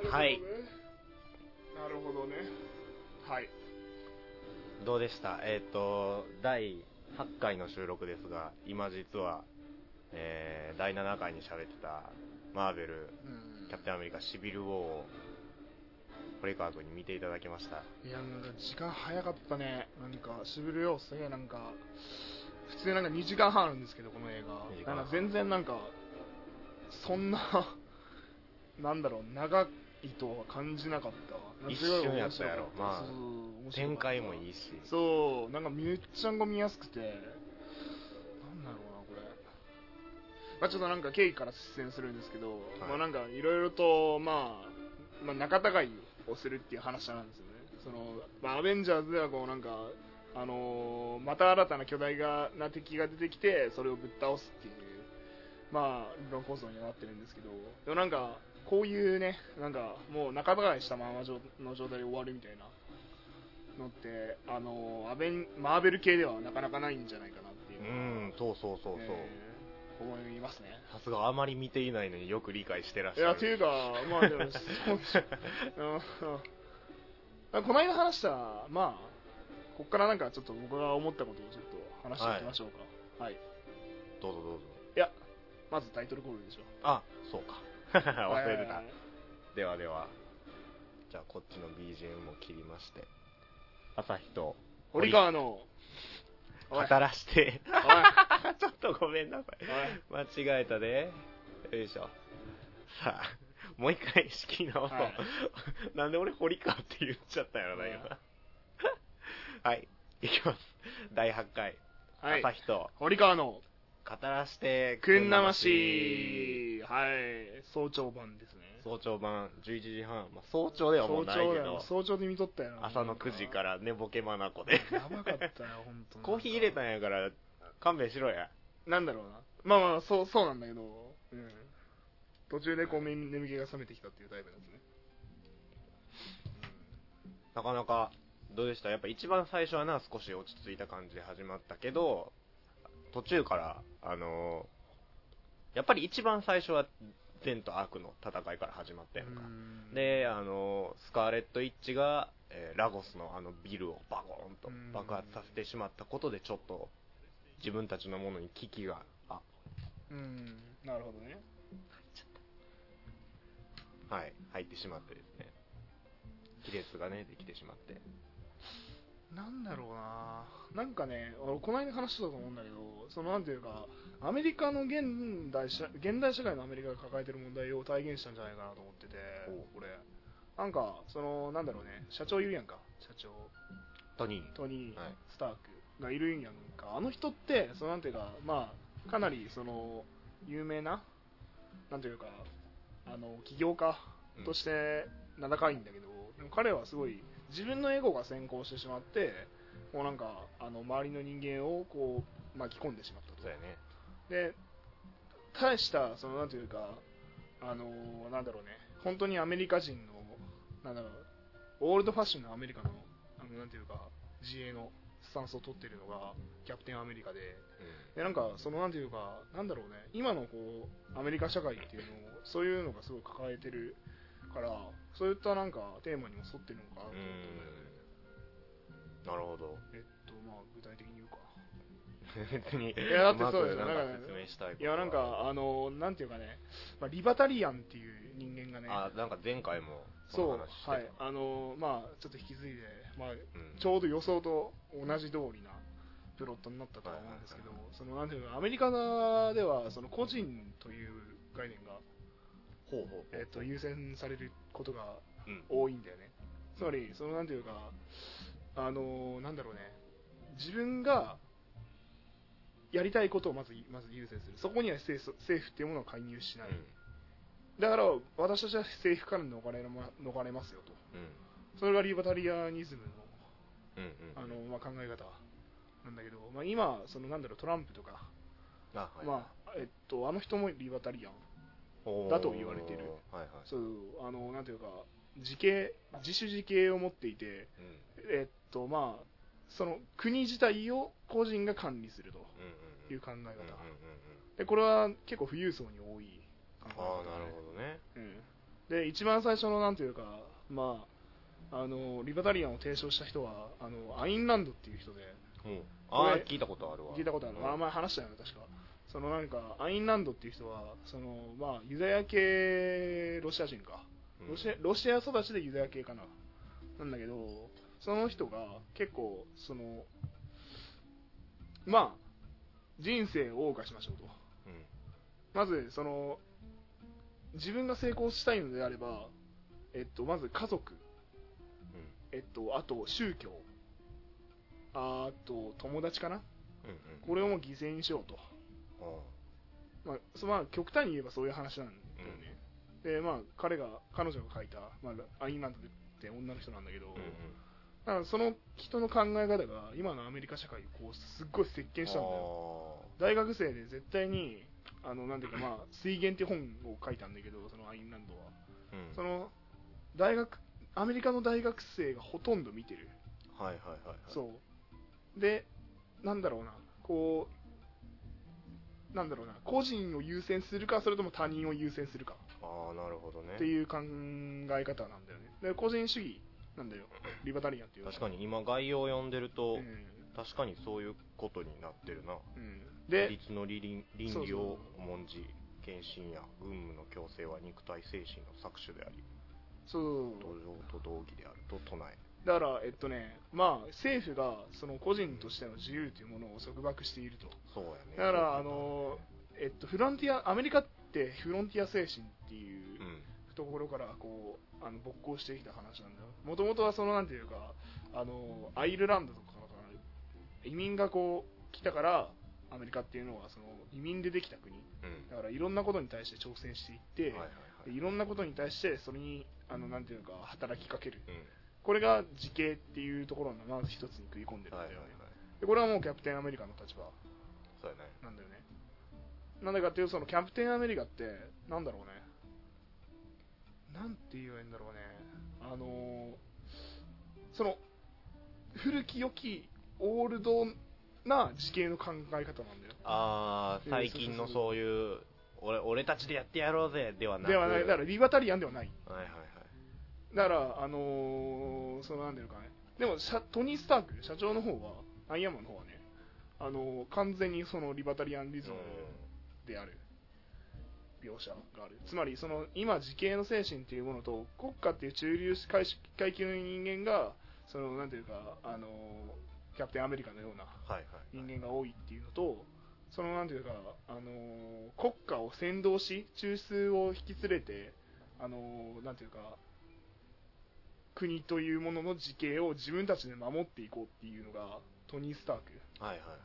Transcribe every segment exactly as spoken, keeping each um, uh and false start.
はい。 なるほどね。はい。 どうでした？えっ、ー、とだいはちかいの収録ですが、今実は、えー、だいななかいに喋ってたマーベル、キャプテンアメリカシビルウォーを堀川君に見ていただきました。 いや、なんか時間早かったね。なんかシビルウォーすげえ、なんか普通なんかにじかんはんあるんですけど、この映画なんか全然なんかそんななんだろう、長いとは感じなかった。 一瞬やったやろ。まあ展開もいいし、 そう、なんかめっちゃ見やすくて、なんだろうなこれ。まあ、ちょっとなんか経緯から出演するんですけど、はい、まあなんかいろいろと、まあ、まあ仲違いをするっていう話なんですよね。その、まあ、アベンジャーズではこうなんか、あのー、また新たな巨大な敵が出てきて、それをぶっ倒すっていう、まあ理論構造になってるんですけど、でもなんかこういうね、なんかもう仲違いしたままの状態で終わるみたいなのって、あのー、アベンマーベル系ではなかなかないんじゃないかなっていう。 うん、そうそうそうそう。えー思いますね。 さすがあまり見ていないのによく理解してらっしゃる。 いや、というか、まあでも、そうでしょ。この間話した、まあ、こっからなんかちょっと僕が思ったことをちょっと話していきましょうか。はい。はい、 どうぞどうぞ。 いや、まずタイトルコールでしょ。 あ、そうか。忘れてた。ではでは、じゃあこっちの ビージーエム も切りまして。朝日と堀川の語らしてちょっとごめんなさい、間違えたで。よいしょ。さあもう一回仕切り直そう、はい、なんで俺堀川って言っちゃったんやろな今。はいいきます。だいはちかい、はい、朝日と堀川の語らしてくんなまし、はい、早朝版ですね。 早朝版じゅういちじはん、まあ、早朝ではもうないけど、 早朝で見とったよな。 朝のくじから寝ぼけまなこでやばかったよ本当に。 コーヒー入れたんやから勘弁しろや。 なんだろうな、まあまあそうそうなんだけど、うん、途中でこう眠気が覚めてきたっていうタイプなんですね。 うん、なかなかどうでした？やっぱ一番最初はな少し落ち着いた感じで始まったけど、途中からあのー、やっぱり一番最初は善と悪の戦いから始まったやんか。んで、あのスカーレット・イッチが、えー、ラゴスのあのビルをバコーンと爆発させてしまったことでちょっと自分たちのものに危機が、あ、 うーん、なるほどね。 はい、入ってしまってですね、亀裂がねできてしまって。 なんだろうな、なんかね、俺この間話したと思うんだけど、そのなんていうか、アメリカの現代社現代社会のアメリカが抱えてる問題を体現したんじゃないかなと思ってて、これなんかそのなんだろうね、社長いるやんか、社長トニートニー、はい、スタークがいるんやんか。あの人ってそのなんていうか、まあかなりその有名ななんていうか、あの起業家として名高いんだけど、でも彼はすごい自分のエゴが先行してしまって、もうなんかあの周りの人間をこう巻き込んでしまったと。 そうやね。 で、大したそのなんていうか、あのなんだろうね、本当にアメリカ人のなんだろう、オールドファッションのアメリカのあのなんていうか自衛のスタンスを取っているのがキャプテンアメリカで、うん、でなんかそのなんていうかなんだろうね、今のこうアメリカ社会っていうのをそういうのがすごい抱えてるから、そういったなんかテーマにも沿ってるのかなと思ったんだよね。 なるほど。 えっとまあ具体的に言うか。 別にいやだってそうですよ。なんかね、 説明したい。 いやなんかあのなんていうかね、まあ、リバタリアンっていう人間がね、 あ、なんか前回もその話してた。そう、はい、あのまあちょっと引き継いで、まあ、うん、ちょうど予想と同じ通りなプロットになったとは思うんですけど、そのなんていうかアメリカではその個人という概念がほうほうほう、 えっと優先されることが多いんだよね。うん、つまりそのなんていうかあのなんだろうね、自分がやりたいことをまずまず優先する。そこには政府、政府っていうものを介入しない。うん、だから私たちは政府から逃れま逃れますよと。うん、それがリバタリアニズムの、うんうん、あのまあ、考え方なんだけど、まあ、今そのなんだろう、トランプとか、 あ、はい、 まあえっとあの人もリバタリアンだと言われている。はいはい、そうあのなんていうか自警自主自警を持っていて、うん、えっとまあその国自体を個人が管理するという考え方、うんうんうん、でこれは結構富裕層に多い考え方、ね、 ああなるほどね、 うん、 で一番最初のなんていうか、まああのリバタリアンを提唱した人はあのアインランドっていう人で、 うん、ああ聞いたことあるわ。 聞いたことある、うん、あ前話したよね確か。そのなんかアインランドっていう人はその、まあ、ユダヤ系ロシア人か、ロシア、ロシア育ちでユダヤ系かななんだけど、その人が結構そのまあ人生を謳歌しましょうと、うん、まずその自分が成功したいのであれば、えっと、まず家族、うん、えっと、あと宗教、あと友達かな、うんうん、これをもう犠牲にしようと、まあ、そまあ極端に言えばそういう話なんだよね、うん、でまあ彼が彼女が書いた、まあ、アインランドって女の人なんだけど、うんうん、だからその人の考え方が今のアメリカ社会をこうすっごい席巻したんだよ。大学生で絶対にあのなんていうか、まあ水源っていう本を書いたんだけど、そのアインランドは、うん、その大学アメリカの大学生がほとんど見てる。 はいはいはい、はい、 そうでなんだろうな、こうなんだろうな、個人を優先するかそれとも他人を優先するか、 ああなるほどねっていう考え方なんだよね。で個人主義なんだよリバタリアンっていう。 確かに今概要を読んでると、うん、確かにそういうことになってるな、うん、 で律の倫理を重んじ献身や軍務の強制は肉体精神の搾取であり、 そう土壌と同義であると唱え。 だからえっとねまあ政府がその個人としての自由というものを束縛していると。 そうやね。 だからあのえっとフロンティアアメリカってフロンティア精神っていうところからこうあの勃興してきた話なんだよ。もともとはそのなんていうかあのアイルランドとかから移民がこう来たからアメリカっていうのはその移民でできた国、うん、だからいろんなことに対して挑戦していって、はいはいはい、いろんなことに対してそれにあのなんていうか働きかける、うん、これが自警っていうところのまず一つに食い込んでるんだよね、はいはいはい、でこれはもうキャプテンアメリカの立場なんだよね。なんでかっていうとそのキャプテンアメリカってなんだろうね、なんて言えばいいんだろうね、あのー、その古き良きオールドな自警の考え方なんだよ。 ああ最近のそういう俺俺たちでやってやろうぜではなく、 ではない、だからリバタリアンではない。 はいはいはい。 だからあのー、そのなんていうかね、でもトニー・スターク社長の方はアイアンマンの方はね、あのー、完全にそのリバタリアンリズムである描写がある。つまりその今自警の精神っていうものと国家っていう中流階級の人間がそのなんていうかあのーキャプテンアメリカのような人間が多いっていうのと、はいはいはい、そのなんていうか、あのー、国家を先導し中枢を引き連れて、あのー、なんていうか国というものの自警を自分たちで守っていこうっていうのがトニー・スターク、 はいはいはいはい、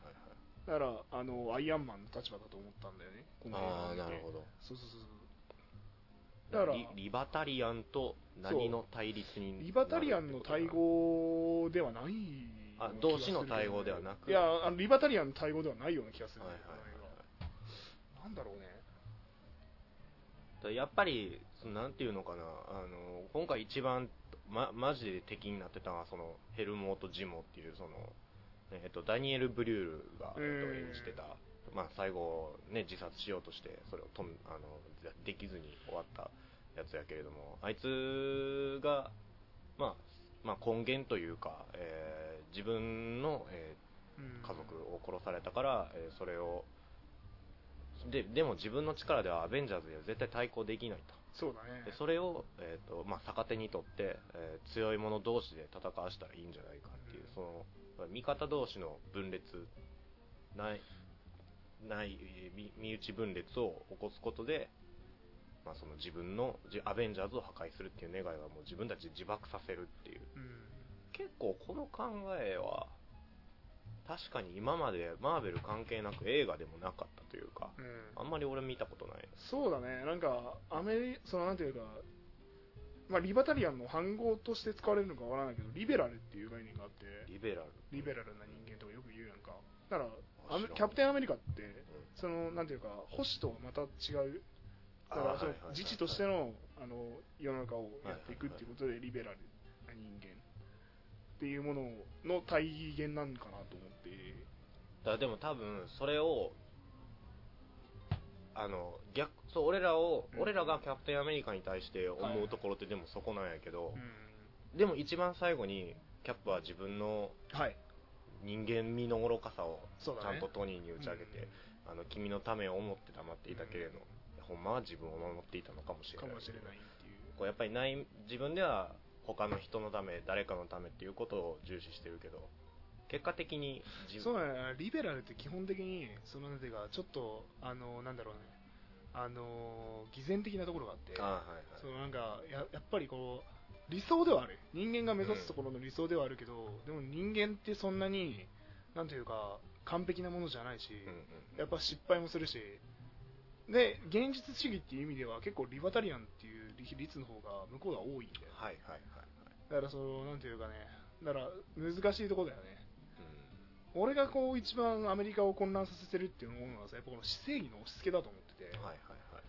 だからあのアイアンマンの立場だと思ったんだよね。この映画を見て。 ああなるほど。 そうそうそう。 だから リ, リバタリアンと何の対立になる？ リバタリアンの対語ではない。 あ、動詞の対語ではなく、 いやあのリバタリアンの対語ではないような気がする、はいはいはいはい、なんだろうね。やっぱりそのなんていうのかな、あの今回一番まマジで敵になってたのはそのヘルモート・ジモっていうその、えっと、ダニエル・ブリュールが、えっと、演じてた、まあ、最後、ね、自殺しようとしてそれをとあのできずに終わったやつやけれども、あいつがまあまあ、根源というか、えー、自分の、えー、家族を殺されたから、えー、それをででも自分の力ではアベンジャーズには絶対対抗できないと。 そうだね。 でそれを、えーとまあ、逆手にとって、えー、強い者同士で戦わしたらいいんじゃないかっていう、うん、その味方同士の分裂ないない身内分裂を起こすことで、まあ、その自分のアベンジャーズを破壊するっていう願いはもう自分たちで自爆させるっていう、うん、結構この考えは確かに今までマーベル関係なく映画でもなかったというか、うん、あんまり俺見たことない。 そうだね。なんかアメリそのなんていうか、まあ、リバタリアンの反語として使われるのかわからないけどリベラルっていう概念があって、 リベラルリベラルな人間とかよく言うやんか。だからキャプテンアメリカって、うん、そのなんていうか保守とはまた違う、だからその自治としての、あの世の中をやっていくっていうことでリベラルな人間っていうものの体現なんかなと思って。 だからでも多分それをあの逆そう俺らを、 うん、 俺らがキャプテンアメリカに対して思うところってでもそこなんやけど、 うん、 でも一番最後にキャップは自分の人間味の愚かさをちゃんとトニーに打ち明けて、ね、うん、あの君のためを思って黙っていたけれど、うん、ほんまは自分を守っていたのかもしれない。かもしれないっていう。こうやっぱりない自分では他の人のため誰かのためっていうことを重視してるけど。結果的にそうだね、リベラルって基本的にそのなんていうかちょっとあのなんだろうね、あの偽善的なところがあって、あ、はいはい、そのなんか や, やっぱりこう理想ではある、人間が目指すところの理想ではあるけど、うん、でも人間ってそんなになんていうか完璧なものじゃないし、うんうん、やっぱ失敗もするし、で現実主義っていう意味では結構リバタリアンっていう率の方が向こうが多いんだよ、はいはいはいはい、だからそのなんていうかね、だから難しいところだよね。俺がこう一番アメリカを混乱させてるっていうのはさ、やっぱこの私正義の押し付けだと思ってて、はいはいはい、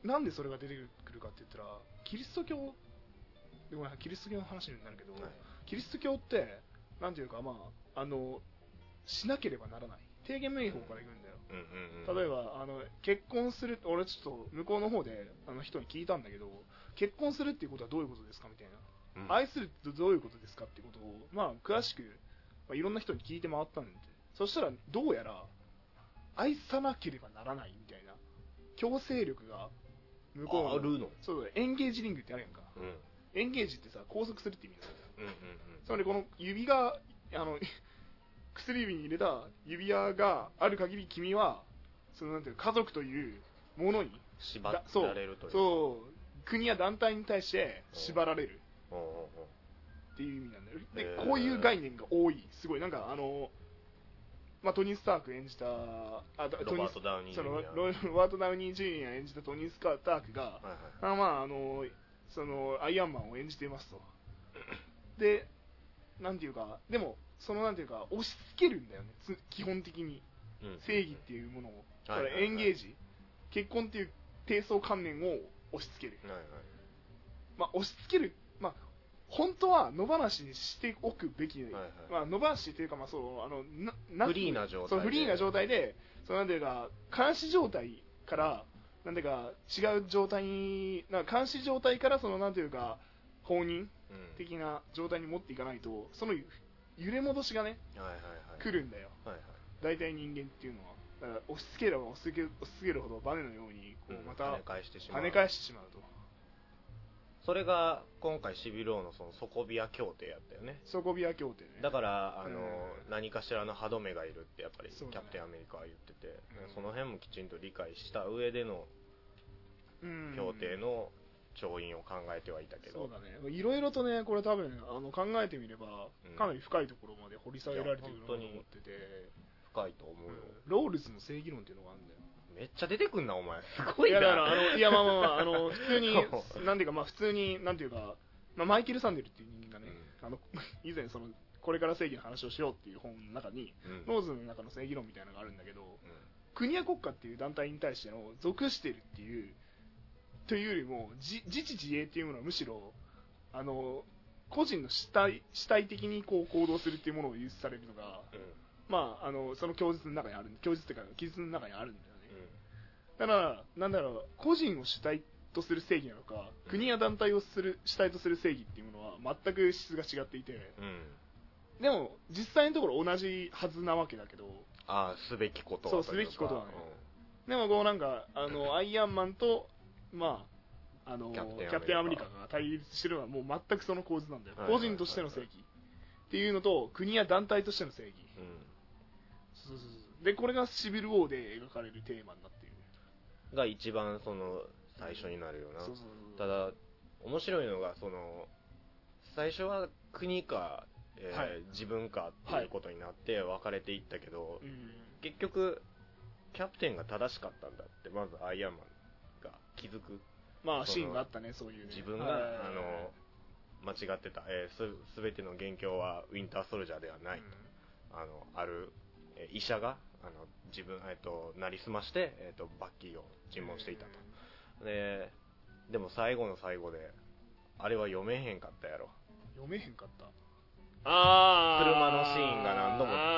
なんでそれが出てくるかって言ったら、キリスト教でもキリスト教の話になるけど、はい、キリスト教ってなんていうか、まああのしなければならない提言名法からいくんだよ、うんうんうん、例えばあの結婚する、俺ちょっと向こうの方であの人に聞いたんだけど、結婚するっていうことはどういうことですかみたいな、うん、愛するってどういうことですかっていうことをまあ詳しくまあ、いろんな人に聞いて回ったんで、そしたらどうやら愛さなければならないみたいな強制力が向こうの、あるの、そうだ、エンゲージリングってあるやんか、うん、エンゲージってさ拘束するって意味なんだよ、うんうんうん、つまりこの指があの薬指に入れた指輪がある限り君はそのなんていう家族というものに縛られるという、 そう、国や団体に対して縛られる、うんうんうん、っていう意味なんだよ。で、えー、こういう概念が多い。すごいなんかあの、まあ、トニー・スターク演じたあロバート・ダウニー・ジュニア、 ロバート・ダウニー・ジュニア演じたトニー・スタークが、はいはい、あまああのそのアイアンマンを演じていますと。で、なんていうか、でもそのなんていうか押し付けるんだよね。基本的に、うん、正義っていうものを、だからエンゲージ、はいはいはい、結婚っていう低層観念を押し付ける。はいはい、まあ押し付ける、まあ本当は野放しにしておくべき、はいはい、まあ、野放しというか、まあ、そうあのなフリーな状態で、 そうフリーな状態で、そうなんていうか監視状態からなんていうか違う状態に、なんか監視状態からそのなんていうか放任的な状態に持っていかないと、その揺れ戻しがね、はいはいはい、来るんだよ、はいはい、大体人間っていうのは。だから押し付ければ押し付け、押し付けるほどバネのようにこうまた、うん、跳ね返してしまう、跳ね返してしまうと。 それが今回シビル王のそのソコビア協定やったよね。 ソコビア協定ね。 だからあの、うん、何かしらの歯止めがいるってやっぱりキャプテンアメリカは言ってて、そ,、ね、その辺もきちんと理解した上での協定の調印を考えてはいたけど、 そうだね。いろいろとね、これ多分あの考えてみればかなり深いところまで掘り下げられていると思ってて、 深いと思うよ、 うん、ロールズの正義論っていうのがあるんだよ。 めっちゃ出てくんなお前、すごいな。 いやだからあのいやまあまあまああの普通になんていうかまあ普通になんていうか、まあ、マイケル・サンデルっていう人間がね、うん、あの以前そのこれから正義の話をしようっていう本の中に、うん、ローズの中の正義論みたいなのがあるんだけど、うん、国や国家っていう団体に対しての属してるっていうというよりも自治自衛っていうものはむしろあの個人の主体主体的にこう行動するっていうものを優先されるのが、うん、まああのその供述の中にある供述というか記述の中にあるんだよね。だから、なんだろう、個人を主体とする正義なのか、国や団体をする主体とする正義っていうものは全く質が違っていて、うん、でも、実際のところ同じはずなわけだけど、 ああ、すべきことはそう、すべきことはね。うん、でも、こうなんか、あの、アイアンマンと、まあ、あの、キャプテンアメリカが対立してるのはもう全くその構図なんだよ。個人としての正義っていうのと、国や団体としての正義。うん、そうそうそう。で、これがシビルウォーで描かれるテーマになっている。 が一番その最初になるような。そうそうそう。ただ面白いのがその最初は国か、えーはい、自分かっていうことになって分かれていったけど、はい、結局キャプテンが正しかったんだってまずアイアンマンが気づく。 まあシーンがあったね、そういうね。 自分が、はい、あの間違ってた、えー、す全ての元凶はウィンターソルジャーではないと、うん、あのある、えー、医者があの自分、えー、となりすまして、えー、とバッキーを尋問していたと。ででも最後の最後であれは読めへんかったやろ。 読めへんかった。 あ車のシーンが何度も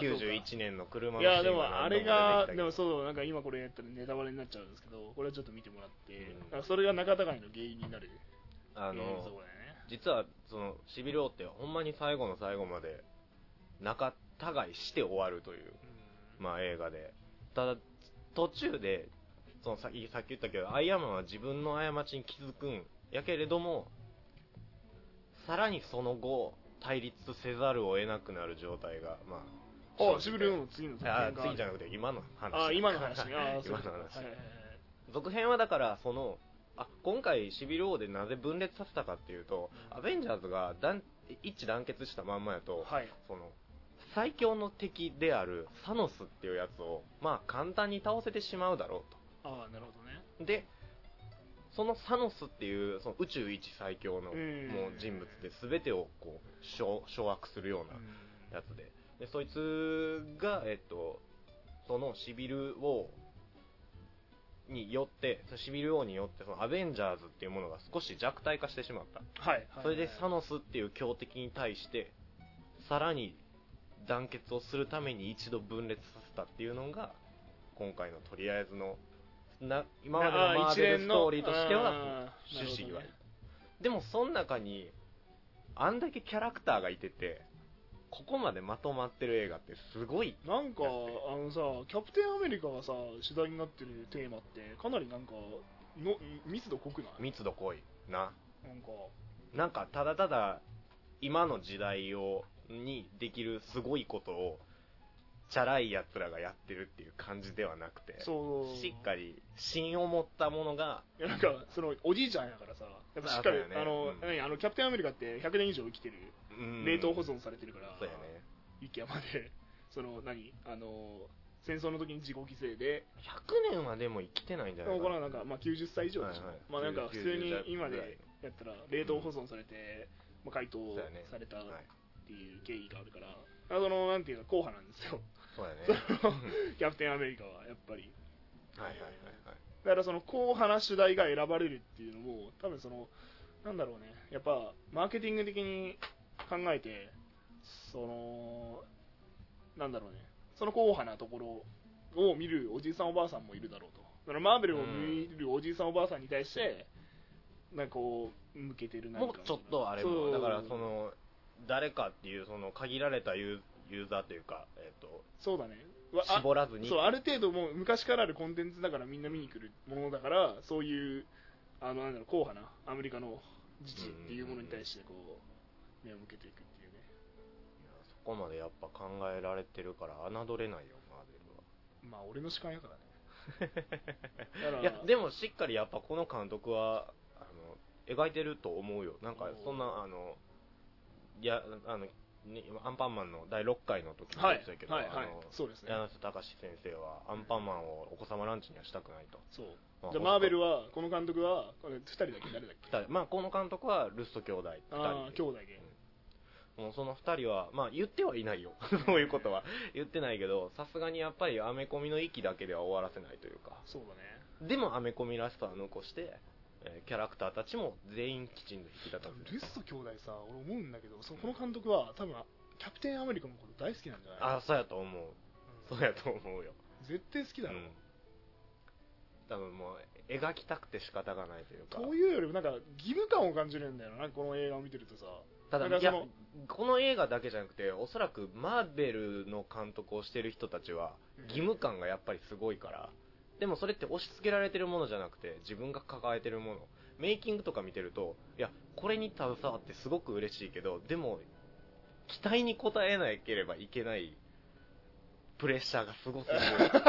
きゅうじゅういちねんの車のいやでもあれがシーンでもそうなんか今これやったらネタバレになっちゃうんですけど、これはちょっと見てもらって、 うんだからそれが仲違いの原因になるあの映像だよね。 実はそのシビル王ってほんまに最後の最後まで仲違いして終わるという、 うん、 まあ映画で、ただ途中でそのさっきさっき言ったけどアイアンマンは自分の過ちに気づくんやけれども、さらにその後対立せざるを得なくなる状態がまああシビル王の次の続編があ次じゃなくて今の話あ今の話ねあ今の話、 はいはいはい、 続編はだからそのあ今回シビル王でなぜ分裂させたかっていうと、アベンジャーズが団一致団結したまんまやと、 はい、 その最強の敵であるサノスっていうやつをまあ簡単に倒せてしまうだろうと。ああなるほどね。 でそのサノスっていうその宇宙一最強のもう人物で全てをこう掌掌握するようなやつで、でそいつがえっとそのシビル王によってシビル王によってそのアベンジャーズっていうものが少し弱体化してしまった、 はいはいはい、 それでサノスっていう強敵に対してさらに団結をするために一度分裂させたっていうのが今回のとりあえずのな今までのマーベルストーリーとしては趣旨は、ね、でもその中にあんだけキャラクターがいててここまでまとまってる映画ってすごい。 なんかあのさキャプテンアメリカがさ主題になってるテーマってかなりなんかの密度濃くない？ 密度濃いな。 なんかなんかただただ今の時代をにできるすごいことをチャラいやつらがやってるっていう感じではなくて、 そうしっかり芯を持ったものが、 いやなんかそのおじいちゃんやからさやっぱしっかりあ、ね、あの、 うん、 何あのキャプテンアメリカってひゃくねん以上生きてる、うん、冷凍保存されてるから、 そうやね、 雪山でその何あの戦争の時に自己犠牲でひゃくねんはでも生きてないんじゃないかな。 なんか、まあ、きゅうじゅっさい以上でしょ、はいはい、まあなんか普通に今でやったら冷凍保存されて、うん、まあ、解凍されたっていう経緯があるから、あのなんていうか硬派なんですよ。 そうやねキャプテンアメリカはやっぱり、 はいはいはいはい、 だからその硬派な主題が選ばれるっていうのも多分そのなんだろうね、やっぱマーケティング的に考えてそのなんだろうね、その硬派なところを見るおじいさんおばあさんもいるだろうと。だからマーベルを見るおじいさんおばあさんに対してなんかこう向けてる何かもうちょっとあれもだからその誰かっていうその限られたユーユーザーというか、えー、とそうだね、 絞らずに、 そうある程度もう昔からあるコンテンツだからみんな見に来るものだから、そういうあのなんだろう硬派なアメリカの自治っていうものに対してこう目を向けていくっていうね。 いやそこまでやっぱ考えられてるから侮れないよマーベルは。 まあ俺の主観やからねだからいやでもしっかりやっぱこの監督はあの描いてると思うよ。なんかそんなあのいやあのね、アンパンマンのだいろっかいの時に言ってたけど、 はいはいはい、そうですね、 柳瀬隆先生はアンパンマンをお子様ランチにはしたくないと。 そう、まあ、じゃあマーベルはこの監督はこれふたりだっけ、誰だっけ、 まあこの監督はルッソ兄弟ふたり、 あ兄弟で、 うん、もうそのふたりはまあ言ってはいないよそういうことは言ってないけど、さすがにやっぱりアメコミの域だけでは終わらせないというか、 そうだね、 でもアメコミらしさは残してキャラクターたちも全員きちんと引き立たせる。 ルッソ兄弟さ、俺思うんだけど、そこの監督は多分キャプテンアメリカのこと大好きなんじゃない？ あ、そうやと思う、うん、そうやと思うよ。 絶対好きだろ、うん、 多分もう描きたくて仕方がないというか、 というよりもなんか義務感を感じるんだよな、この映画を見てるとさ。 ただいやこの映画だけじゃなくて、おそらくマーベルの監督をしてる人たちは義務感がやっぱりすごいから、うん、でもそれって押し付けられてるものじゃなくて自分が抱えてるもの、メイキングとか見てると、いやこれに携わってすごく嬉しいけど、でも期待に応えなければいけないプレッシャーがすごすぎる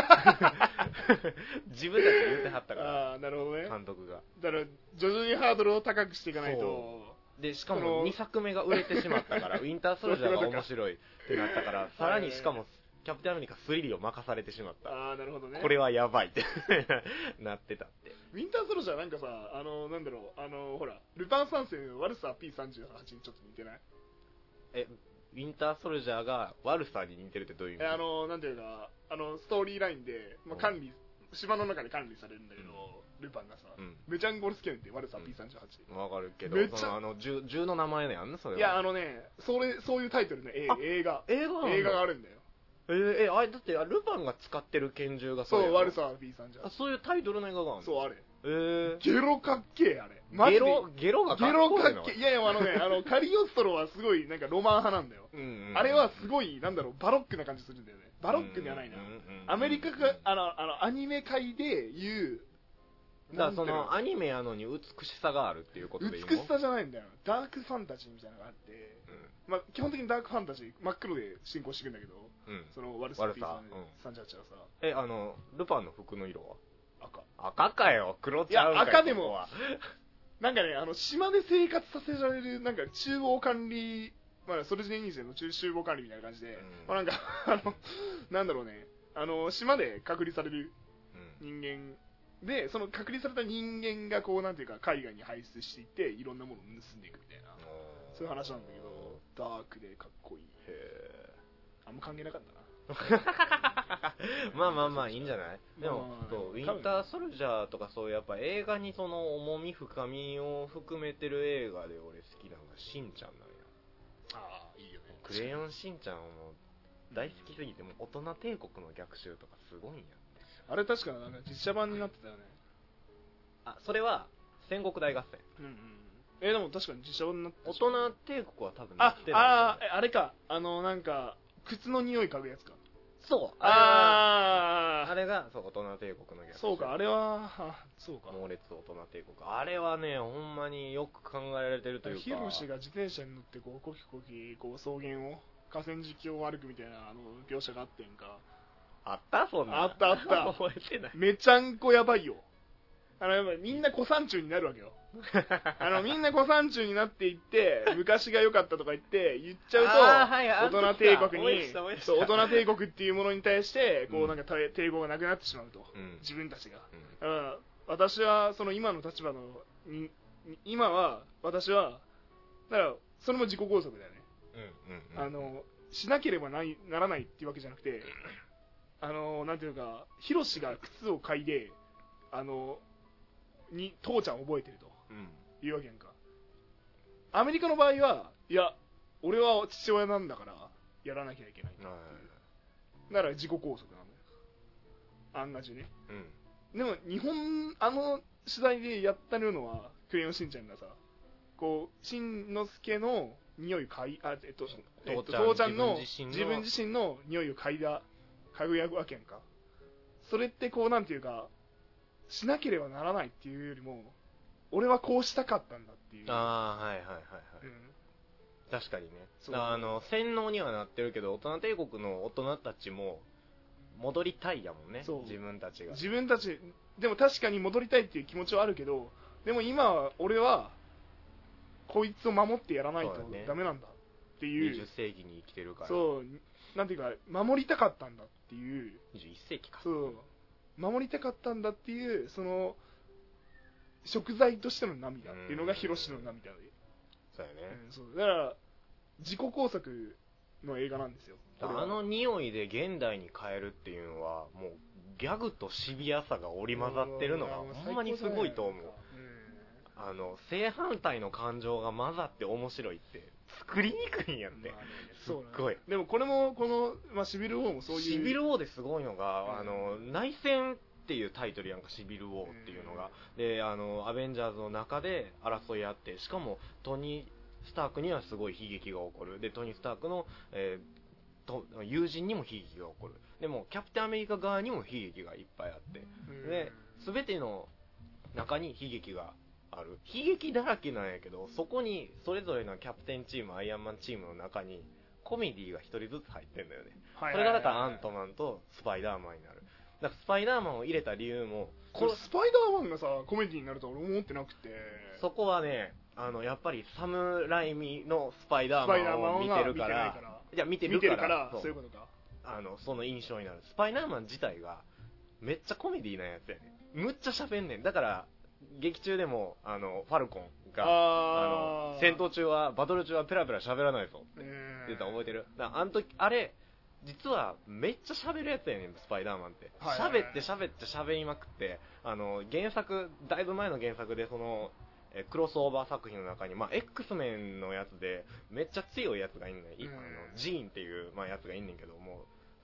自分たちで言ってはったから、 あ、なるほどね、 監督がだから徐々にハードルを高くしていかないと。 でしかもにさくめが売れてしまったからウィンターソルジャーが面白いってなったからさらにしかもキャプテンアメリカスリリを任されてしまった。 あー、なるほどね、 これはやばいってなってたって。 ウィンターソルジャーなんかさ、あのなんだろう、あのほらルパン三世の悪さ ピーさんじゅうはち にちょっと似てない？ えウィンターソルジャーが悪さに似てるってどういう意味？ あのなんていうか、あのストーリーラインで、まあ、管理、うん、島の中で管理されるんだけど、うん、ルパンがさ、うん、めちゃんゴルスケンって悪さ ピーさんじゅうはち、 わ、うん、かるけど、そのあの銃、銃の名前ねやんねそれは。 いやあのね、それそういうタイトルの映画映画映画があるんだよ。 えー、えあれだってルパンが使ってる拳銃がそう、 れワルサー B さんじゃん。 あそういうタイトルの映画があるのそう、あれ。 えー、 ゲロかっけえ、あれ。マジでゲロゲロがかっゲこいいのロかっけえ。いやいや、あのね、あの、カリオストロはすごい、なんかロマン派なんだよ。 うんうんうん、 あれはすごい、なんだろう、バロックな感じするんだよね。バロックではないな。 うんうんうんうんアメリカが、あの、あの、アニメ界で言う、 だからそなんていうのアニメやのに美しさがあるっていうことでいいの美しさじゃないんだよ。ダークファンタジーみたいなのがあって、 うまあ、基本的にダークファンタジー、真っ黒で進行していくんだけど、 ん、うん、 そのワルサー P さんワルサーうんさんじゅうはちはさ、 えあのルパンの服の色は赤。 赤かよ黒ちゃうんかいや赤でもここはなんかね、あの、島で生活させられる、なんか、中央管理、まあ、それでいいんですよ、中集合管理みたいな感じで、 うんまあ、なんか、あの、なんだろうね、あの、島で隔離されるうん人間で、その隔離された人間が、こう、なんていうか、海外に排出していって、いろんなものを盗んでいくみたいな、そういう話なんだけど、ダークでかっこいい。 へあんま関係なかったな。 ーまあまあまあいいんじゃないでも、 まあそうウィンターソルジャーとかそういうやっぱ映画にその重み深みを含めてる映画で俺好きなのがしんちゃんなんやああ、いいよね。 クレヨンしんちゃんも大好きすぎてもう大人帝国の逆襲とかすごいんやってあれ確かなんか実写版になってたよね。 あそれは戦国大合戦うんうん。えーでも確かに実写版になってた大し人帝国は多分なあって、ないあー、えあれか。あの、なんか、靴の匂い嗅ぐやつか。 そうあれはああれがそう大人帝国の逆襲そうか、あれは、あそうか。 猛烈大人帝国あれはねほんまによく考えられてるというかヒロシが自転車に乗ってこうコキコキこう草原を河川敷を歩くみたいなあの描写があってんか。 あったそんなあったあった覚えてないめちゃんこやばいよ。あのやっぱりみんな古参中になるわけよ。あのみんな古参中になっていって昔が良かったとか言って言っちゃうと、 あーはいあ大の時人帝国に思い出した思い出したそう大人帝国っていうものに対してこううんなんか帝帝国がなくなってしまうと、 うん自分たちが、 うんうん、私はその今の立場のに今は私はだからそれも自己拘束だよね、 うんうんうんあのしなければないならないっていうわけじゃなくて、あのなんていうかヒロシが靴を嗅いであのに父ちゃんを覚えてるとうんいうわけやんか。アメリカの場合はいや俺は父親なんだからやらなきゃいけないっていう、だから自己拘束なのよ案外ね。 うんでも日本あの取材でやったのはクレヨンしんちゃんがさこうしんのすけの匂い嗅いあえっと、えっと、父ちゃんの自自分分自身の匂いを嗅いだ嗅ぐわけやんか。それってこうなんていうかしなければならないっていうよりも俺はこうしたかったんだっていう。 ああはいはいはいはい、 うん確かにねそうあの洗脳にはなってるけど大人帝国の大人たちも戻りたいやもんねそう自分たちが自分たちでも確かに戻りたいっていう気持ちはあるけどでも今は俺はこいつを守ってやらないとそうだねダメなんだっていうにじゅっ世紀に生きてるからそうなんていうか守りたかったんだっていうにじゅういっ世紀かそう守りたかったんだっていうその食材としての涙っていうのがヒロシの涙で、 そうやね、 うん、そうだから自己拘束の映画なんですよ。 あの匂いで現代に変えるっていうのはもうギャグとシビアさが織り交ざってるのがほんまにすごいと思う。あの正反対の感情が混ざって面白いって作りにくいんやって、 まあね、 すっごい。 でもこれもこの、まあ、シビルウォーもそういうシビルウォーですごいのが、 うんあの内戦っていうタイトルやんかシビルウォーっていうのが、であのアベンジャーズの中で争いあってしかもトニー・スタークにはすごい悲劇が起こるでトニー・スタークの、えー、と友人にも悲劇が起こるでもキャプテンアメリカ側にも悲劇がいっぱいあってうんで全ての中に悲劇がある悲劇だらけなんやけどそこにそれぞれのキャプテンチームアイアンマンチームの中にコメディが一人ずつ入ってんだよね、 はいそれがだからアントマンとスパイダーマンになるだからスパイダーマンを入れた理由もこれスパイダーマンがさコメディになるとは俺思ってなくてそこはねあのやっぱりサム・ライミのスパイダーマンを見てるからいや見てるから見てるからそうそういうことかあのその印象になるスパイダーマン自体がめっちゃコメディなやつやねむっちゃ喋んねんだから劇中でもあのファルコンがああの戦闘中はバトル中はペラペラ喋らないぞってえ言ったの覚えてるだからあの時あれ実はめっちゃ喋るやつやねんスパイダーマンってはいはいはい喋って喋って喋りまくってあの原作だいぶ前の原作でそのえクロスオーバー作品の中に、まあ、X メンのやつでめっちゃ強いやつがいんねん、いうんあのジーンっていう、まあ、やつがいんねんけども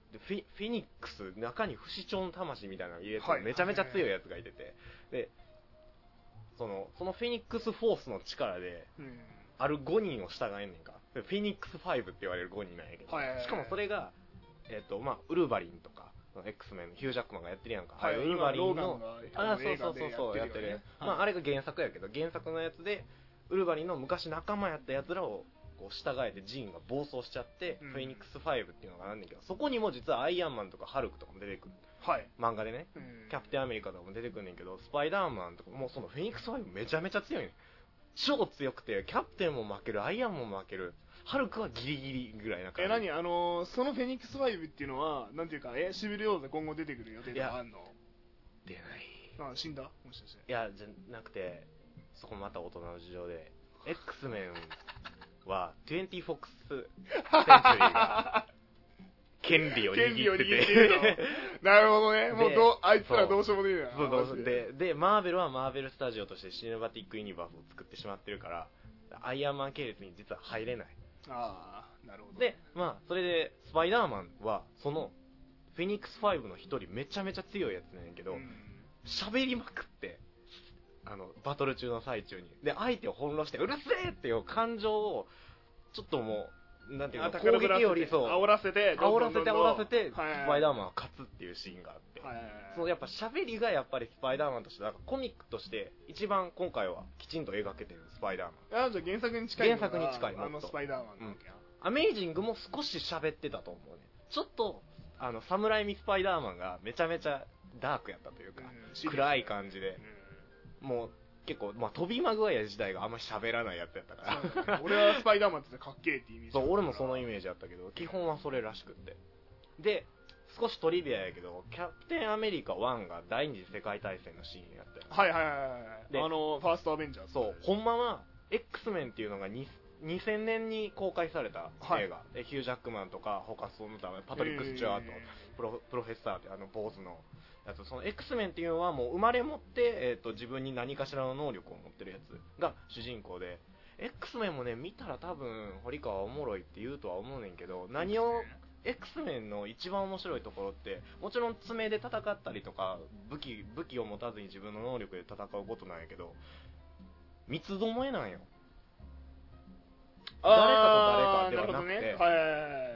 でフィフェニックス中に不死鳥の魂みたいなの入れて、 はいめちゃめちゃ強いやつがいてて、でそのそのフェニックスフォースの力で、 うん、 あるごにんを従えんねんか。フェニックスファイブって言われるごにんなんやけど、 はいはいはい、 しかもそれが、えーとまあ、ウルヴァリンとか X メンのヒュージャックマンがやってるやんか、 はい、 ウルヴァリンのああそうそうそうそうやってる、 はい、 まあ、あれが原作やけど、原作のやつでウルヴァリンの昔仲間やったやつらをこう従えてジーンが暴走しちゃって、うん、フェニックスファイブっていうのがあるんだけど、そこにも実はアイアンマンとかハルクとかも出てくる、 はい、 漫画でね、 うん、 キャプテンアメリカとかも出てくるんだけど、スパイダーマンとかもうそのフェニックスファイブめちゃめちゃ強いね、超強くてキャプテンも負ける、アイアンマンも負ける、ハルクはギリギリぐらいな感じ。 え、何あのー、そのフェニックスファイブっていうのはなんていうか、えシビル・ヨーダ今後出てくる予定とかあんの？ 出ない。 あ、死んだもしかして。 いやじゃなくて、そこまた大人の事情で X メンはトゥエンティーフォックスセンチュリーが権利を握っててなるほどね、もうどあいつらどうしようもねえな。 そうそうででマーベルはマーベルスタジオとしてシネマティックユニバースを作ってしまってるから、アイアンマン系列に実は入れない。 ああ、なるほど。 でまあそれでスパイダーマンはそのフェニックスファイブの一人めちゃめちゃ強いやつなんやけど、喋、うん、りまくってあのバトル中の最中にで相手を翻弄してうるせえっていう感情をちょっともうなんていうの攻撃よりそう煽らせて煽らせて煽らせてスパイダーマンは勝つっていうシーンがあって、 はいはいはい、 そのやっぱ喋りがやっぱりスパイダーマンとしてなんかコミックとして一番今回はきちんと描けてるスパイダーマン。 あじゃあ原作に近いのが原作に近いあのスパイダーマンなんだ、 うん、アメイジングも少し喋ってたと思うね。ちょっとあのサムライミスパイダーマンがめちゃめちゃダークやったというか、うん、暗い感じで、うん、もう結構、まあ、トビー・マグワイア自体があんまり喋らないやつやったから俺はスパイダーマンってかっけえってイメージ。 そう俺もそのイメージあったけど基本はそれらしくって、で少しトリビアやけどキャプテンアメリカワンが第二次世界大戦のシーンやったよ。 はいはいはいはい、あのファーストアベンジャーズ、 そうほんまは X メンっていうのがにせんねんに公開された映画、はい、でヒュージャックマンとか他その他パトリック・スチュアート、プロ、プロフェッサーってあの坊主のやつ、その X メンっていうのはもう生まれ持って、えー、と自分に何かしらの能力を持ってるやつが主人公で、 X メンもね見たら多分堀川おもろいって言うとは思うねんけど、何を X メンの一番面白いところってもちろん爪で戦ったりとか武器、武器を持たずに自分の能力で戦うことなんやけど、三つどもえなんよ。誰かと誰かではなくて、 ね、はい、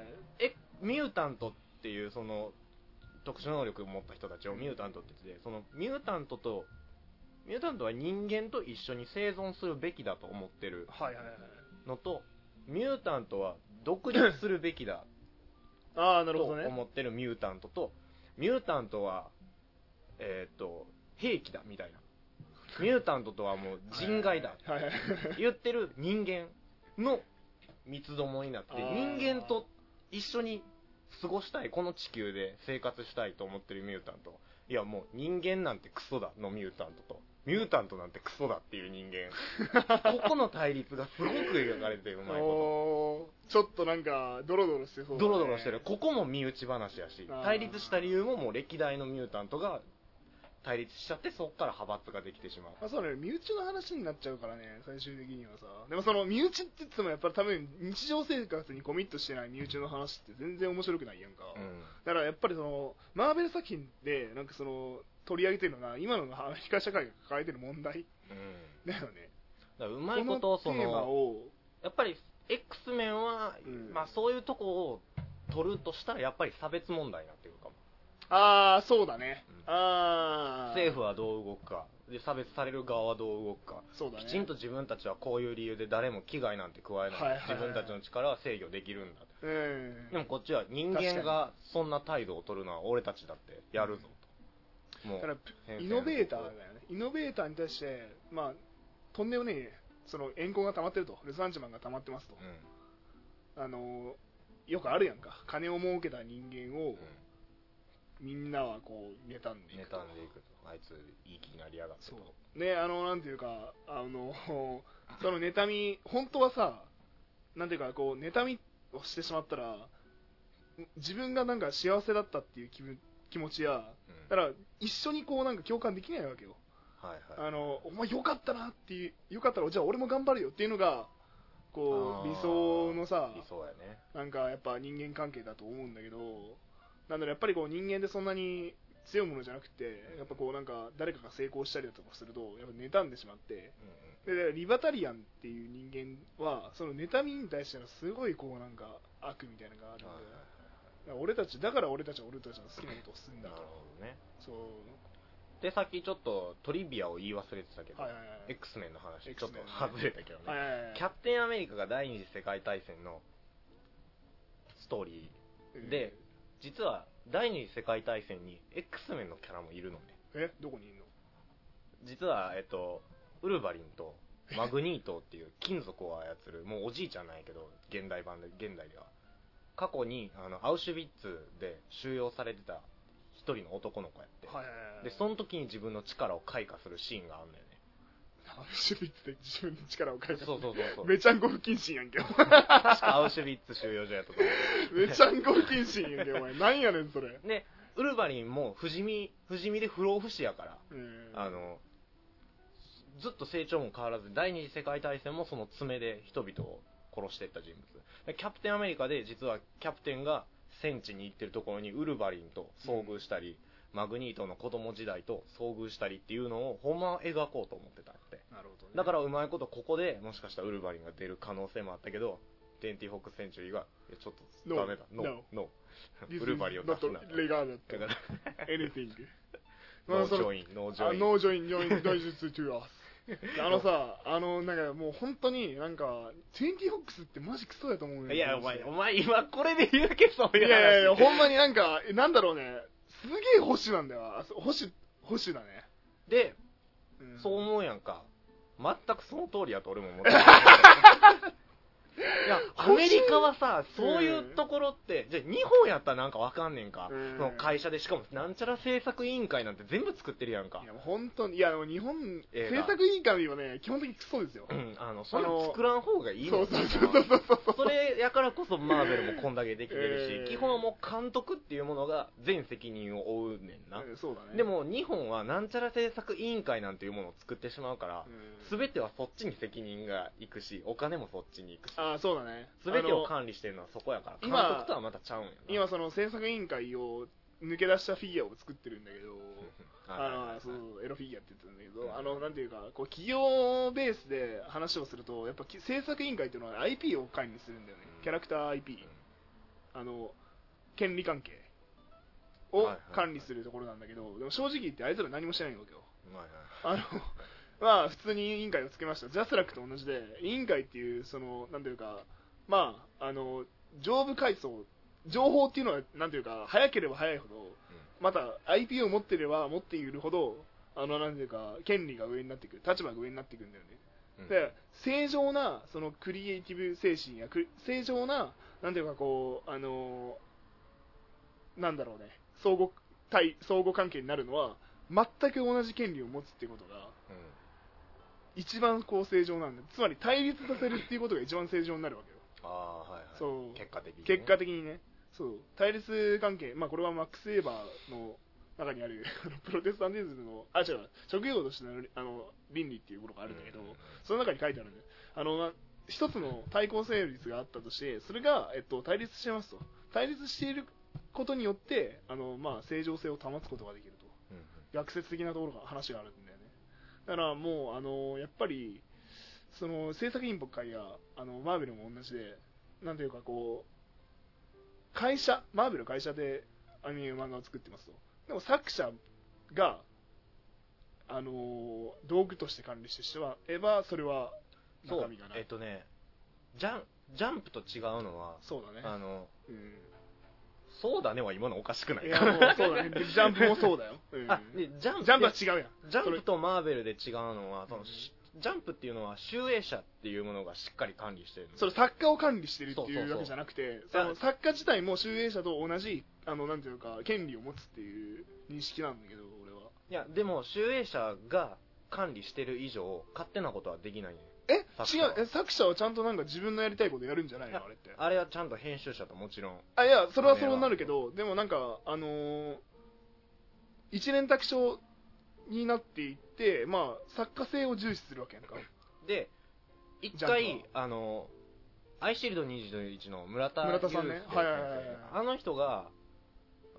えミュータントっていうその特殊能力を持った人たちをミュータントって言ってて、そのミュータントとミュータントは人間と一緒に生存するべきだと思ってるのと、ミュータントは独立するべきだあなるとほどね思ってるミュータントと、ミュータントはえっと兵器だみたいな、ミュータントとはもう人外だ言ってる人間の三つどもになって、人間と一緒に過ごしたい、この地球で生活したいと思ってるミュータント、いやもう人間なんてクソだのミュータントと、ミュータントなんてクソだっていう人間ここの対立がすごく描かれてる、うまいことちょっとなんかドロドロしてそうだね。 ドロドロしてる。ここも身内話やし、対立した理由ももう歴代のミュータントが対立しちゃって、そこから派閥ができてしまう。 あ、そうね、身内の話になっちゃうからね、最終的にはさ。でもその身内って言ってもやっぱり多分日常生活にコミットしてない身内の話って全然面白くないやんか、うん、だからやっぱりそのマーベル作品でなんかその取り上げてるのが今のアメリカ社会が抱えてる問題、うん、だよね。 だからうまいことそのテーマをやっぱり X メンは、うん、まあそういうとこを取るとしたらやっぱり差別問題になってくるかも。 ああそうだね、 うん、あ政府はどう動くかで、差別される側はどう動くか、 そうだね、 きちんと自分たちはこういう理由で誰も危害なんて加えない、はいはいはい、自分たちの力は制御できるんだ、 うん、 でもこっちは人間がそんな態度を取るのは俺たちだってやるぞと、もうだからイノベーターだよね。イノベーターに対してまあとんでもねえその怨恨が溜まってると、レサンチマンが溜まってますと、うん、あのよくあるやんか、金を儲けた人間を、うん、みんなはこう妬んでいくと、妬んでいくと、 あいついい気になりやがってと、 そうね、あのなんていうか、あのその妬み本当はさ、なんていうかこう妬みをしてしまったら自分がなんか幸せだったっていう 気, 分気持ちや、うん、だから一緒にこうなんか共感できないわけよ、はいはい、あのお前よかったなっていう、よかったらじゃあ俺も頑張るよっていうのがこう理想のさ、 理想やね、 なんかやっぱ人間関係だと思うんだけど、 なんだろうやっぱりこう人間でそんなに強いものじゃなくて、やっぱこうなんか誰かが成功したりだとかするとやっぱ妬んでしまって、うんうん、でリバタリアンっていう人間はその妬みに対してのすごいこうなんか悪みたいなのがあるんで、はいはいはい、俺たちだから俺たちは俺たちの好きなことをするんだと。なるほどね。そうでさっきちょっとトリビアを言い忘れてたけど、 はいはいはい、 X メンの話ちょっと外れたけどね、 はいはいはい、 キャプテンアメリカが第二次世界大戦のストーリーで、うん、実は第二次世界大戦に X メンのキャラもいるのね。 え、どこにいるの？ 実は、えっと、ウルヴァリンとマグニートっていう金属を操る、もうおじいちゃんなんやけど、現代版で、現代では。過去にあのアウシュビッツで収容されてた一人の男の子やって、はいはいはい、でその時に自分の力を開花するシーンがあるんだよね。 アウシュビッツで自分の力を開花する。 そうそうそうそう。 めちゃんこ不謹慎やんけ。 確かアウシュビッツ収容所やったと思う。めちゃんこ不謹慎やんけお前。なんやねんそれ。 でウルヴァリンも不死身不死身で不老不死やから、あのずっと成長も変わらず第二次世界大戦もその爪で人々を殺していった人物。キャプテンアメリカで実はキャプテンが戦地に行ってるところにウルヴァリンと遭遇したり、うん、マグニートの子供時代と遭遇したりっていうのをほんまは描こうと思ってたって。 なるほどね。 だからうまいことここでもしかしたらウルヴァリンが出る可能性もあったけど、テンティフォックスセンチュリーがちょっとダメだ、ノー、ノー、ウルヴァリンを出すな。 レガーだって。anything。 ノージョイン、ノージョイン。 ノージョイン、ノージョイン、ノージョイン、トゥーアス。あのさ、あの、なんかもう本当になんか、テンティフォックスってマジクソだと思うよ。 いや、お前、お前今これで言うけど、そういう話。 いやいやいや、ほんまになんか、なんだろうね、すげえ保守なんだよ。保守、保守だね。 で、うん、そう思うやんか。全くその通りやと俺も思ってる。いや、アメリカはさ、そういうところって、うん、じゃあ日本やったらなんかわかんねんか、うん、その会社で、しかもなんちゃら制作委員会なんて全部作ってるやんか。 いや、本当に、いや、でも日本、制作委員会はね、基本的にクソですよ。 うん、あの、それを作らん方がいいの。 そうそうそうそう。 それやからこそマーベルもこんだけできてるし、えー、基本はもう監督っていうものが全責任を負うねんな。 えー、そうだね。 でも日本はなんちゃら制作委員会なんていうものを作ってしまうから、すべ、えー、てはそっちに責任がいくし、お金もそっちに行くし。 ああ、そうだね。 全てを管理してるのはそこやから、監督とはまたちゃうんやな。 今その制作委員会を抜け出したフィギュアを作ってるんだけどあのそうエロフィギュアって言ってるんだけど、うん、あのなんていうかこう企業ベースで話をするとやっぱ制作委員会っていうのは アイピー を管理するんだよね、うん、キャラクター アイピー、うん、あの権利関係を管理するところなんだけど、でも正直言ってあいつら何もしてないわけよ、はいはい、あのまあ普通に委員会をつけました。ジャスラックと同じで委員会っていうそのなんていうかまあ、あの上部階層情報っていうのはなんていうか早ければ早いほど、うん、また アイピー を持っていれば持っているほどあのなんていうか権利が上になっていく、立場が上になっていくんだよね、うん、で正常なそのクリエイティブ精神や正常ななんていうかこうあのなんだろうね相互対相互関係になるのは全く同じ権利を持つっていうことが、うん、一番こう正常なんだ。つまり対立させるっていうことが一番正常になるわけよ。 ああ、はいはい。 そう。 結果的に、ね。 結果的にね。そう。対立関係、まあこれはマックス・エーバーの中にあるプロテスタンティズムの、あ、違う、職業としてのあの倫理っていうものがあるんだけど、うんうんうん、その中に書いてあるんで、あの、一つの対抗成立があったとして、それが、えっと、対立してますと。対立していることによって、あの、まあ正常性を保つことができると。うんうん、逆説的なところが、話があるんだよね。だからもう、あの、やっぱり、その制作委員会やあのマーベルも同じで、なんていうかこう会社マーベル会社でアニメ漫画を作ってますと。でも作者があの道具として管理してしまえばそれは中身がない。 えっとねジャンジャンプと違うのはそうだね。 あの、うん、そうだねは今のおかしくない？ いやもうそうだね。ジャンプもそうだよ。うん、 あでジャンプジャンプは違うやん。 ジャンプとマーベルで違うのはその、うんジャンプっていうのは集英社っていうものがしっかり管理してるそれ作家を管理してるっていうわけじゃなくて、その作家自体も集英社と同じあのなんていうか権利を持つっていう認識なんだけど俺は。 いやでも集英社が管理してる以上勝手なことはできないね。 え違うえ作者はちゃんとなんか自分のやりたいことやるんじゃないのあれって。 あれはちゃんと編集者ともちろん。 あいやそれはそうなるけどでもなんかあのー、一連卓章になっていって、まあ、作家性を重視するわけやんか。 で、一回、あの、アイシールドにじゅういちの村田村田さんね。はいはいはい。 あの人が、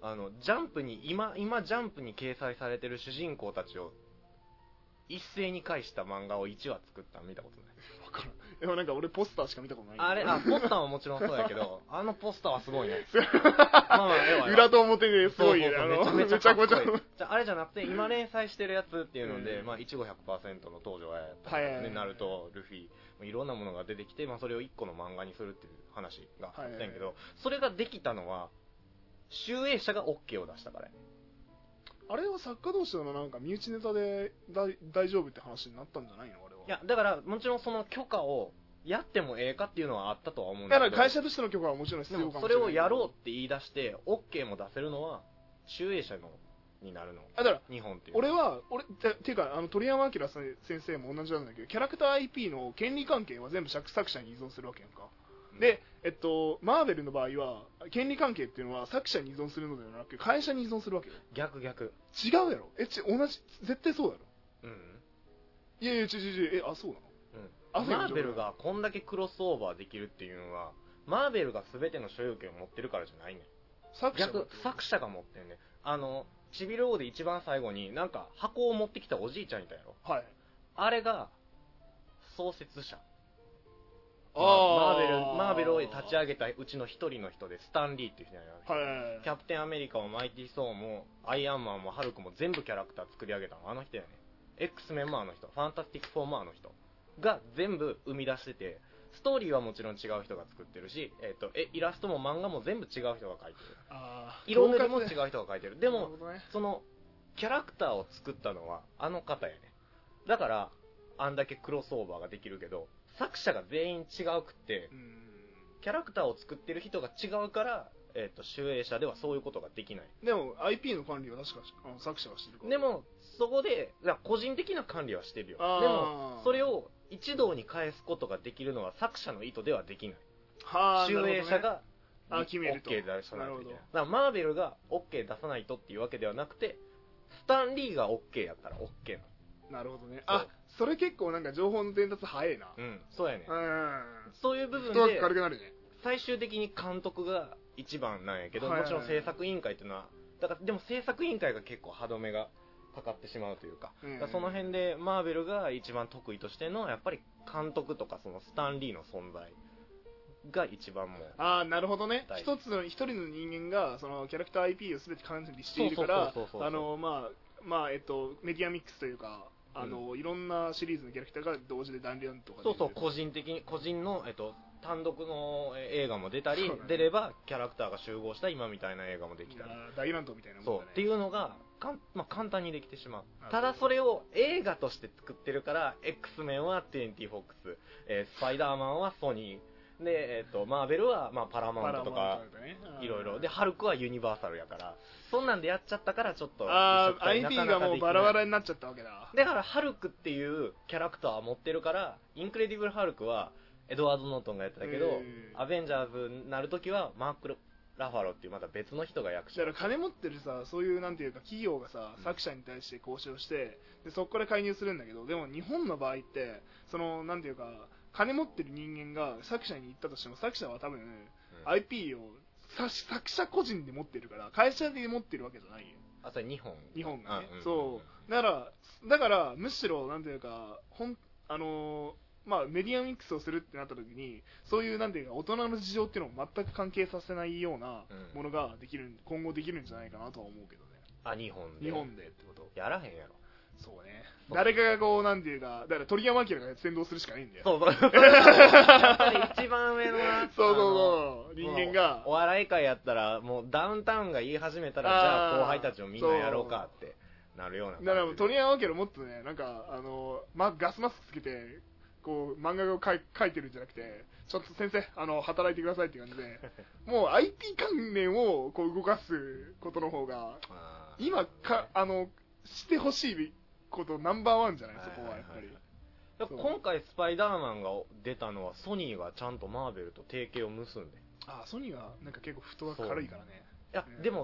あのジャンプに今今ジャンプに掲載されてる主人公たちを一斉に返した漫画をいちわ作ったの見たことない。 わからん。でもなんか俺ポスターしか見たことない。 あれ、あ、ポスターももちろんそうやけど、あのポスターはすごいね。まあまあ、要は裏と表ですごいね。 そうそうそうあのめちゃめちゃかっこいいめちゃくちゃじゃあ、あれじゃなくて、今連載してるやつっていうので、 うんまあ、いちごひゃくパーセントの登場やったりね、 はいはいはいナルト、ルフィ、いろんなものが出てきて、まあ、それをいっこの漫画にするっていう話があったんやけど、 はいはいはいそれができたのは、集英社が OK を出したからや。 あれは作家同士のなんか身内ネタで大大丈夫って話になったんじゃないのあれは。 いや、だから、もちろんその許可をやってもええかっていうのはあったとは思うんだだけど、 から会社としての許可はもちろん必で要かもしれない。 もそれをやろうって言い出して、OK も出せるのは、集英社のになるの。 あだから日本っていう。 俺は、俺、てていうか、あの鳥山明先生も同じなんだけど、キャラクター アイピー の権利関係は全部作作者に依存するわけやんか。で、えっと、マーベルの場合は、権利関係っていうのは作者に依存するのではなく、会社に依存するわけよ。 逆逆。 違うやろえ、ち、同じ、絶対そうやろうん。 いやいや、ちょちょちょ、え、あ、そうなのうん、 あそうやマーベルがこんだけクロスオーバーできるっていうのは、マーベルが全ての所有権を持ってるからじゃないねん。 作者が逆、作者が持ってんねん。あの、ちびる王で一番最後になんか箱を持ってきたおじいちゃんいたやろ。 はい。 あれが、創設者。 あマーベル、マーベルを立ち上げたうちの一人の人で、スタンリーっていう人やる。 はいはいはい。 キャプテンアメリカもマイティー・ソーもアイアンマンもハルクも全部キャラクター作り上げたのあの人やね。 X メンもあの人、ファンタスティックフォーもあの人が全部生み出してて、ストーリーはもちろん違う人が作ってるし、えー、とえイラストも漫画も全部違う人が描いてる。 あー色塗りも違う人が描いてる。でもなるほどねそのキャラクターを作ったのはあの方やね。だからあんだけクロスオーバーができるけど、作者が全員違うくってう、ん。 キャラクターを作ってる人が違うから、えー、と集英社ではそういうことができない。 でも アイピー の管理は確かあの作者がしてるから。 でもそこでいや個人的な管理はしてるよ。であーもそれを一堂に返すことができるのは作者の意図ではできない。 はあ、 集英社があ決めると OK 出さないといけない。 なるほどだからマーベルが OK 出さないとっていうわけではなくて、スタンリーが OK やったら OK ななるほどね。 そうあ、それ結構なんか情報の伝達早いな。 の。うん、そうやね。 うん。 そういう部分フットワークで軽くなるね。 最終的に監督が一番なんやけど、 はいはいはいもちろん制作委員会っていうのは、だからでも制作委員会が結構歯止めがかかってしまうというか、 うんうんだからその辺でマーベルが一番得意としてるのはやっぱり監督とかそのスタンリーの存在が一番もう。 ああ、なるほどね。 大一つの、一人の人間が、そのキャラクター アイピー を全て管理しているからそうそうそうそうそう、 あの、まあ、まあ、えっと、メディアミックスというか、あの、いろんなシリーズのキャラクターが同時で弾丸とかでそうそう、個人的に、個人の、えっと、単独のえ映画も出たり、 そうだね出ればキャラクターが集合した今みたいな映画もできたり、 あー大乱闘みたいなもんだね。 そうっていうのがかん、まあ、簡単にできてしまう。 なるほどただそれを映画として作ってるから、X メンは トゥエンティーフォックス、えースパイダーマンはソニーで、えっとマーベルは、まあ、パラマウントとかいろいろで、ハルクはユニバーサルやから、そんなんでやっちゃったからちょっとああ、 一緒くたになかアイピー がもうなかできないバラバラになっちゃったわけだ。 だからハルクっていうキャラクターを持ってるから、インクレディブルハルクはエドワード・ノートンがやってたけど、 へーアベンジャーズになるときはマーク・ラファロっていうまた別の人が役者。 だから金持ってるさ、そういうなんていうか企業がさ、作者に対して交渉してでそこから介入するんだけど、でも日本の場合ってそのなんていうか金持ってる人間が作者に言ったとしても、作者は多分、 うんアイピー をさ作者個人で持ってるから会社で持ってるわけじゃないよ、 あ、それ日本。 日本がね。 あうんそうだからだからむしろなんていうかほんあのーまあ、メディアミックスをするってなった時に、そういうなんていうか大人の事情っていうのを全く関係させないようなものができる、今後できるんじゃないかなとは思うけどね。 あ、日本で。 日本でってこと。 やらへんやろ。 そうね。誰かがこうなんていうか、だから鳥山明が先導するしかないんだよ。 そうそう。やっぱり一番上のな、 そうそうあそう。 の人間がもうお笑い界やったら、もうダウンタウンが言い始めたら、じあーゃあ後輩たちもみんなやろうかってなるような感じ。 だからもう鳥山明もっとね、なんかあの、ま、ガスマスクつけて、こう漫画を描い描いてるんじゃなくて、ちょっと先生、あの働いてくださいっていう感じで、もう アイピー 関連をこう動かすことの方が、 あー今か、あの、してほしいことナンバーワンじゃない、そこはやっぱり。 だから今回スパイダーマンが出たのはソニーがちゃんとマーベルと提携を結んで。 あ、ソニーはなんか結構フットワーク軽いからね。 いや、 うんでも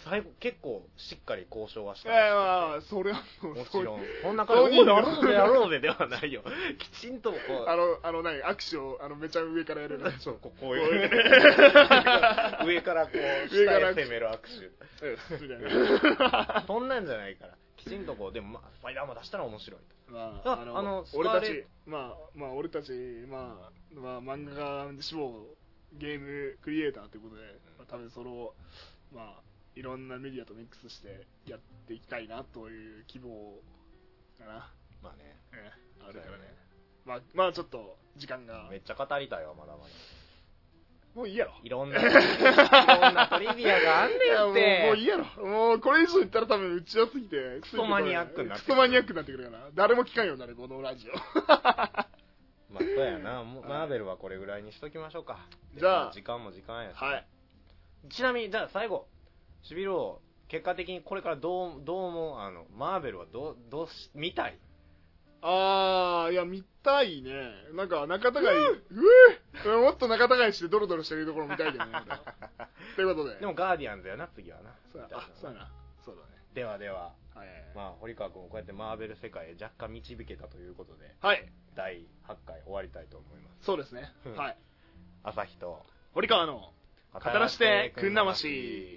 最後結構しっかり交渉はしたいやいやまあそれはもうもちろんそうこんな感じでやろうぜやろうぜではないよきちんとこうあのあの何握手をあのめちゃ上からやるのそうこうこういう上からこう上から下へ攻める握手みたいなそんなんじゃないからきちんとこうでも、まあ、スパイダーマン出したら面白いとまああ、あのあの俺たスカーレちまあまあ俺たちまあまあ漫画家志望ゲームクリエイターということで、まあ、多分それをまあいろんなメディアとミックスしてやっていきたいなという希望かな。 まあね、 ええ、あるからね。まあまあちょっと時間がめっちゃ語りたいわまだまだもういいやろ。 いろんないろんなトリビアがあんねんって。 いやもうもういいやろ。もうこれ以上言ったら多分打ち合わすぎてクソマニアックになってくるクソマニアックになってくるから誰も聞かんようになるこのラジオ。 まあそうやな、もうマーベルはこれぐらいにしときましょうか。 じゃあ時間も時間やし、 はい。 ちなみにじゃあ最後シビロー結果的にこれからどうどうもあのマーベルはどうどうし見たい。 あーいや見たいね。なんか仲違い、うえもっと仲違いしてドロドロしてるところ見たいけどね。ということで。 でもガーディアンズやな次はな。 そうやあそうやな。そうだね。 ではでは、 はい。 まあ堀川君もこうやってマーベル世界へ若干導けたということで、 はい。 だいはちかい終わりたいと思います。 そうですね。はい。 朝日と堀川の語らしてくんなまし。